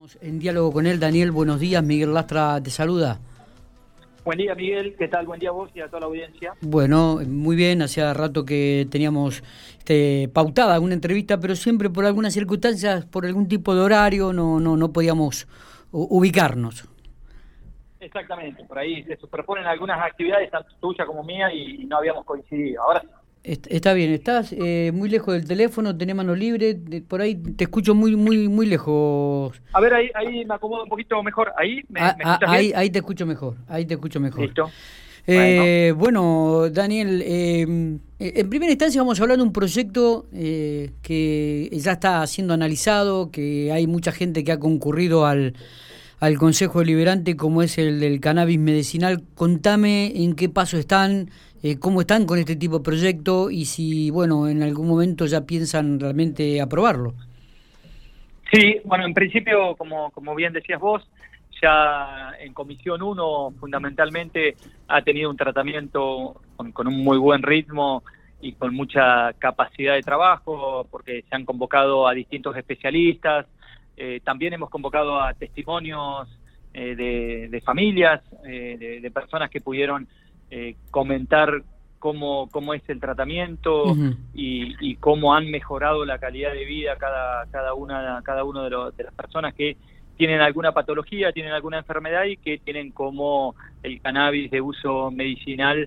En diálogo con él, Daniel, buenos días, Miguel Lastra te saluda. Buen día, Miguel, ¿qué tal? Buen día a vos y a toda la audiencia. Bueno, muy bien, hacía rato que teníamos pautada una entrevista, pero siempre por algunas circunstancias, por algún tipo de horario, no podíamos ubicarnos. Exactamente, por ahí se superponen algunas actividades, tanto tuya como mía, y no habíamos coincidido. Ahora sí. Está bien, estás muy lejos del teléfono, tenés mano libre, por ahí te escucho muy lejos. A ver, ahí me acomodo un poquito mejor. ¿Ahí me escuchas bien? Ahí te escucho mejor, ahí te escucho mejor. Listo. Bueno, Daniel, en primera instancia vamos a hablar de un proyecto que ya está siendo analizado, que hay mucha gente que ha concurrido al Consejo Deliberante, como es el del cannabis medicinal. Contame en qué paso están, cómo están con este tipo de proyecto y si, bueno, en algún momento ya piensan realmente aprobarlo. Sí, bueno, en principio, como bien decías vos, ya en Comisión 1 fundamentalmente ha tenido un tratamiento con un muy buen ritmo y con mucha capacidad de trabajo, porque se han convocado a distintos especialistas. También hemos convocado a testimonios de familias, de personas que pudieron comentar cómo es el tratamiento. Uh-huh. y cómo han mejorado la calidad de vida cada uno de las personas que tienen alguna patología, tienen alguna enfermedad y que tienen como el cannabis de uso medicinal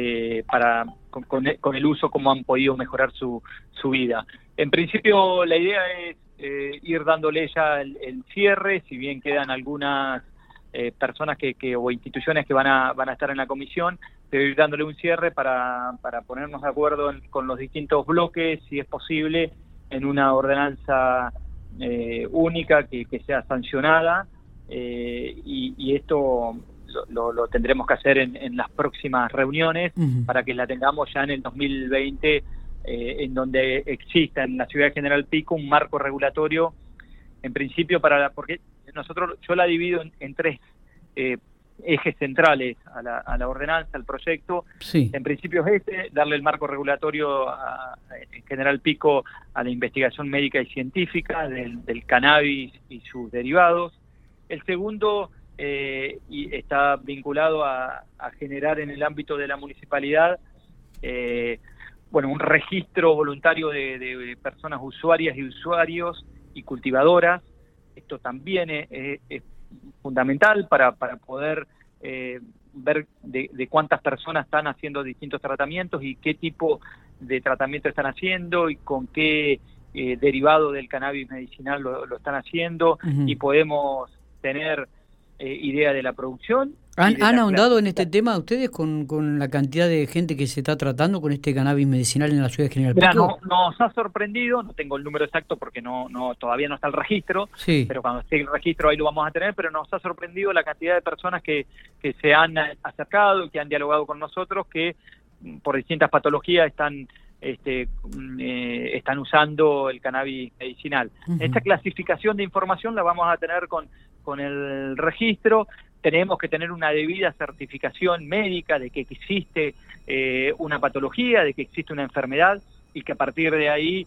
con el uso, cómo han podido mejorar su vida. En principio la idea es ir dándole ya el cierre, si bien quedan algunas personas o instituciones que van a estar en la comisión, pero ir dándole un cierre para ponernos de acuerdo con los distintos bloques, si es posible, en una ordenanza única que sea sancionada, y esto lo tendremos que hacer en las próximas reuniones. Uh-huh. Para que la tengamos ya en el 2020, en donde exista en la ciudad de General Pico un marco regulatorio, en principio porque yo la divido en tres ejes centrales a la ordenanza, al proyecto. Sí. En principio es darle el marco regulatorio en General Pico a la investigación médica y científica del cannabis y sus derivados. El segundo y está vinculado a generar en el ámbito de la municipalidad un registro voluntario de personas usuarias y usuarios y cultivadoras. Esto también es fundamental para poder ver de cuántas personas están haciendo distintos tratamientos y qué tipo de tratamiento están haciendo y con qué derivado del cannabis medicinal lo están haciendo. Uh-huh. Y podemos tener idea de la producción. ¿Han ahondado en este tema ustedes con la cantidad de gente que se está tratando con este cannabis medicinal en la ciudad de General Pico? Nos ha sorprendido, no tengo el número exacto porque todavía no está el registro. Sí. Pero cuando esté el registro ahí lo vamos a tener, pero nos ha sorprendido la cantidad de personas que se han acercado, que han dialogado con nosotros, que por distintas patologías están usando el cannabis medicinal. Uh-huh. Esta clasificación de información la vamos a tener con el registro. Tenemos que tener una debida certificación médica de que existe una patología, de que existe una enfermedad, y que a partir de ahí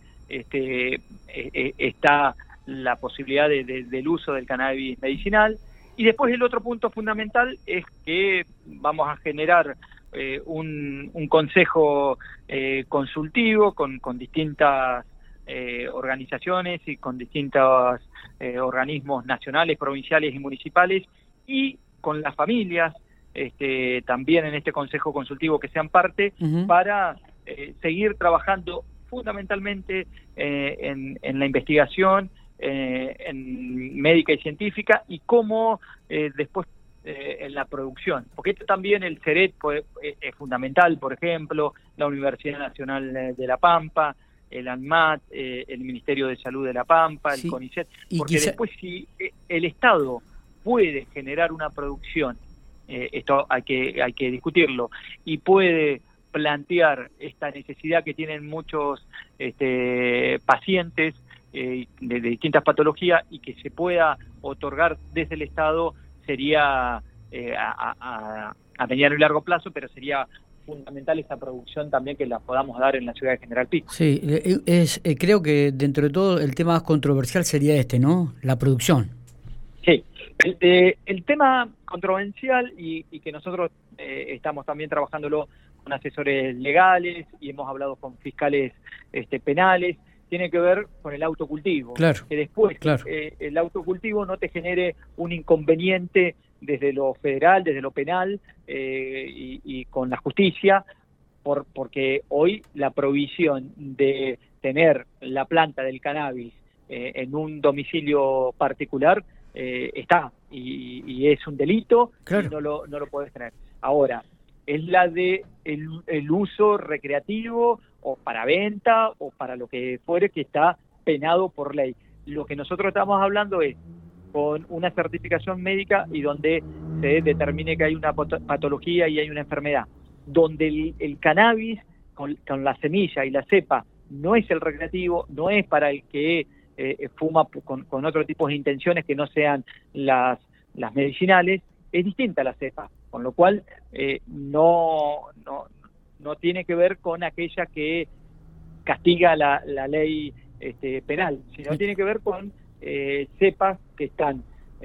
está la posibilidad del uso del cannabis medicinal. Y después el otro punto fundamental es que vamos a generar un consejo consultivo con distintas organizaciones y con distintos organismos nacionales, provinciales y municipales, y con las familias también en este consejo consultivo que sean parte. Uh-huh. Para seguir trabajando fundamentalmente en la investigación en médica y científica, y cómo después en la producción, porque esto también el CERET es fundamental, por ejemplo, la Universidad Nacional de La Pampa, el ANMAT, el Ministerio de Salud de La Pampa, sí, el CONICET, porque después si el Estado puede generar una producción, esto hay que discutirlo, y puede plantear esta necesidad que tienen muchos pacientes de distintas patologías, y que se pueda otorgar desde el Estado, sería a mediano y largo plazo, pero sería fundamental esa producción también que la podamos dar en la ciudad de General Pico. Sí, creo que dentro de todo el tema más controversial sería ¿no? La producción. Sí, el tema controversial y que nosotros estamos también trabajándolo con asesores legales y hemos hablado con fiscales penales, tiene que ver con el autocultivo. Claro, Que después claro. el autocultivo no te genere un inconveniente desde lo federal, desde lo penal y con la justicia, porque hoy la provisión de tener la planta del cannabis en un domicilio particular está y es un delito. Claro. Y no lo podés tener. Ahora, es la de el uso recreativo o para venta o para lo que fuere, que está penado por ley. Lo que nosotros estamos hablando es con una certificación médica y donde se determine que hay una patología y hay una enfermedad, donde el cannabis con la semilla y la cepa no es el recreativo, no es para el que fuma con otro tipo de intenciones que no sean las medicinales, es distinta a la cepa, con lo cual no tiene que ver con aquella que castiga la ley penal, sino tiene que ver con cepas que están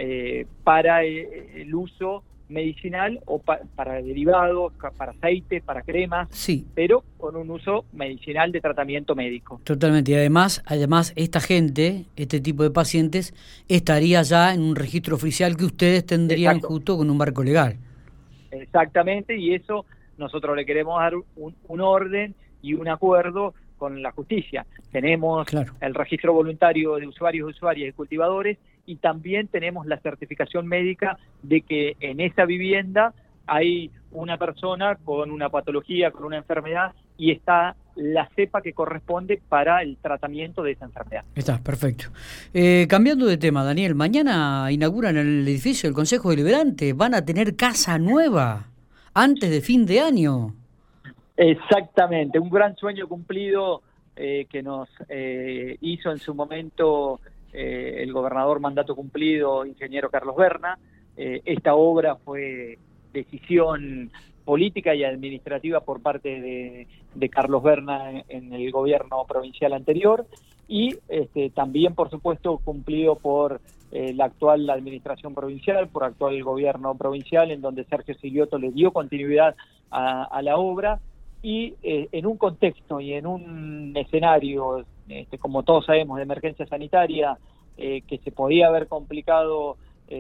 para el uso medicinal o para derivados, para aceites, para cremas, sí, pero con un uso medicinal de tratamiento médico. Totalmente, y además esta gente, este tipo de pacientes, estaría ya en un registro oficial que ustedes tendrían. Exacto. Justo con un marco legal. Exactamente, y eso nosotros le queremos dar un orden y un acuerdo con la justicia. Tenemos el registro voluntario de usuarios, usuarias y cultivadores, y también tenemos la certificación médica de que en esa vivienda hay una persona con una patología, con una enfermedad, y está la cepa que corresponde para el tratamiento de esa enfermedad. Está, perfecto. Cambiando de tema, Daniel, mañana inauguran el edificio del Consejo Deliberante, van a tener casa nueva antes de fin de año. Exactamente, un gran sueño cumplido que nos hizo en su momento el gobernador mandato cumplido, ingeniero Carlos Berna. Esta obra fue decisión política y administrativa por parte de Carlos Berna en el gobierno provincial anterior y también, por supuesto, cumplido por la actual administración provincial, por actual gobierno provincial, en donde Sergio Silioto le dio continuidad a la obra. Y en un contexto y en un escenario, como todos sabemos, de emergencia sanitaria, que se podía haber complicado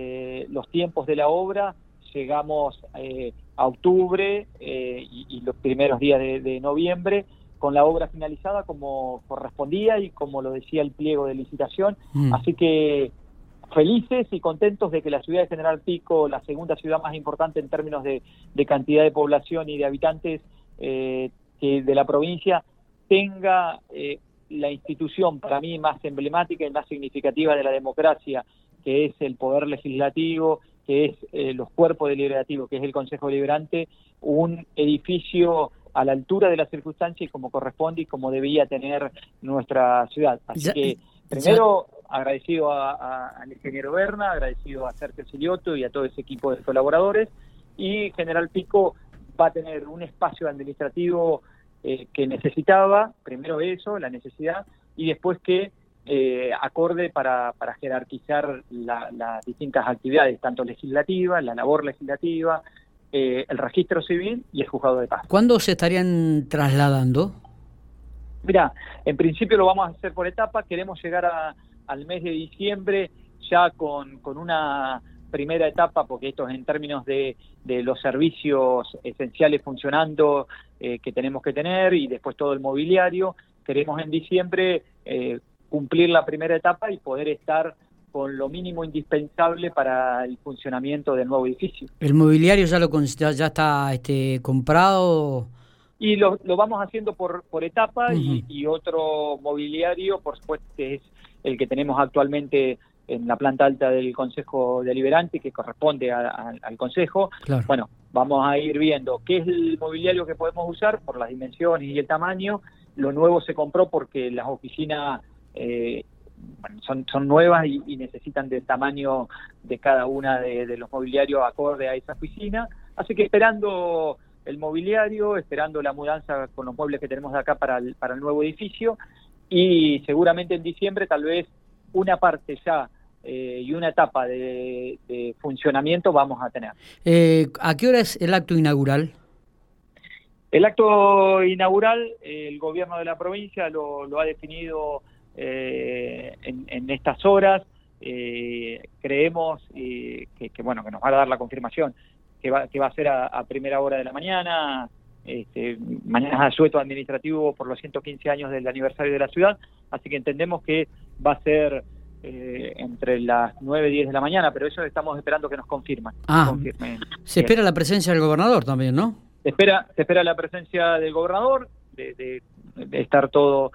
los tiempos de la obra, llegamos a octubre y los primeros días de noviembre con la obra finalizada como correspondía y como lo decía el pliego de licitación. Así que felices y contentos de que la ciudad de General Pico, la segunda ciudad más importante en términos de cantidad de población y de habitantes, que de la provincia, tenga la institución para mí más emblemática y más significativa de la democracia, que es el Poder Legislativo, que es los cuerpos deliberativos, que es el Consejo Deliberante, un edificio a la altura de las circunstancias y como corresponde y como debía tener nuestra ciudad. Así que, primero, agradecido al ingeniero Berna, agradecido a Sergio Silioto y a todo ese equipo de colaboradores, y General Pico va a tener un espacio administrativo que necesitaba, primero eso, la necesidad, y después que acorde para jerarquizar las distintas actividades, tanto legislativas, la labor legislativa, el registro civil y el juzgado de paz. ¿Cuándo se estarían trasladando? Mira, en principio lo vamos a hacer por etapas, queremos llegar al mes de diciembre ya con una primera etapa, porque esto es en términos de los servicios esenciales funcionando que tenemos que tener y después todo el mobiliario. Queremos en diciembre cumplir la primera etapa y poder estar con lo mínimo indispensable para el funcionamiento del nuevo edificio. ¿El mobiliario ya está comprado? Y lo vamos haciendo por etapa. Y otro mobiliario, por supuesto, que es el que tenemos actualmente en la planta alta del Consejo Deliberante, que corresponde al Consejo. Claro. Bueno, vamos a ir viendo qué es el mobiliario que podemos usar por las dimensiones y el tamaño. Lo nuevo se compró porque las oficinas son nuevas y necesitan del tamaño de cada una de los mobiliarios acorde a esa oficina. Así que esperando el mobiliario, esperando la mudanza con los muebles que tenemos de acá para el nuevo edificio, y seguramente en diciembre tal vez una parte ya y una etapa de funcionamiento vamos a tener. ¿A qué hora es el acto inaugural? El acto inaugural, el gobierno de la provincia lo ha definido en estas horas. Creemos que nos va a dar la confirmación que va a ser a primera hora de la mañana. Mañana es asueto administrativo por los 115 años del aniversario de la ciudad, así que entendemos que va a ser entre las 9 y 10 de la mañana, pero eso estamos esperando que nos confirmen. Se espera la presencia del gobernador también, ¿no? Se espera la presencia del gobernador, de estar todo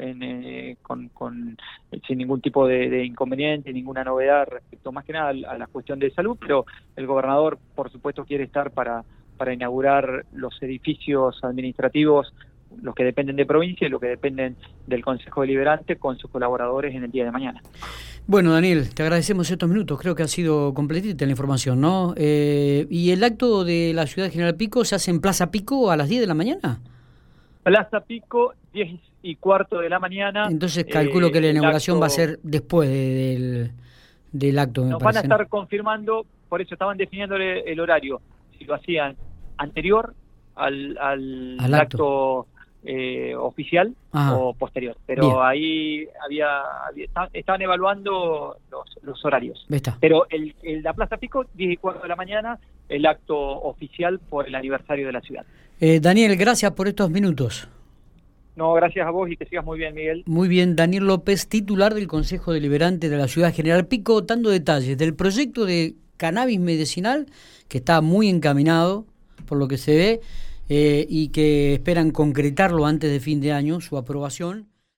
sin ningún tipo de inconveniente, ninguna novedad respecto más que nada a la cuestión de salud, pero el gobernador, por supuesto, quiere estar para inaugurar los edificios administrativos, los que dependen de provincia y los que dependen del Consejo Deliberante, con sus colaboradores en el día de mañana. Bueno, Daniel, te agradecemos estos minutos, creo que ha sido completita la información, ¿no? ¿Y el acto de la ciudad de General Pico se hace en Plaza Pico a las 10 de la mañana? Plaza Pico, 10:15 de la mañana. Entonces calculo que la inauguración va a ser después del acto, me nos parece. Van a estar confirmando, por eso estaban definiendo el horario, si lo hacían anterior al acto oficial o posterior, pero bien. Ahí estaban evaluando los horarios. Pero la Plaza Pico, 10:15 de la mañana, el acto oficial por el aniversario de la ciudad. Daniel, gracias por estos minutos. No, gracias a vos y que sigas muy bien, Miguel. Muy bien, Daniel López, titular del Consejo Deliberante de la Ciudad General Pico, dando detalles del proyecto de cannabis medicinal que está muy encaminado, por lo que se ve, y que esperan concretarlo antes de fin de año, su aprobación.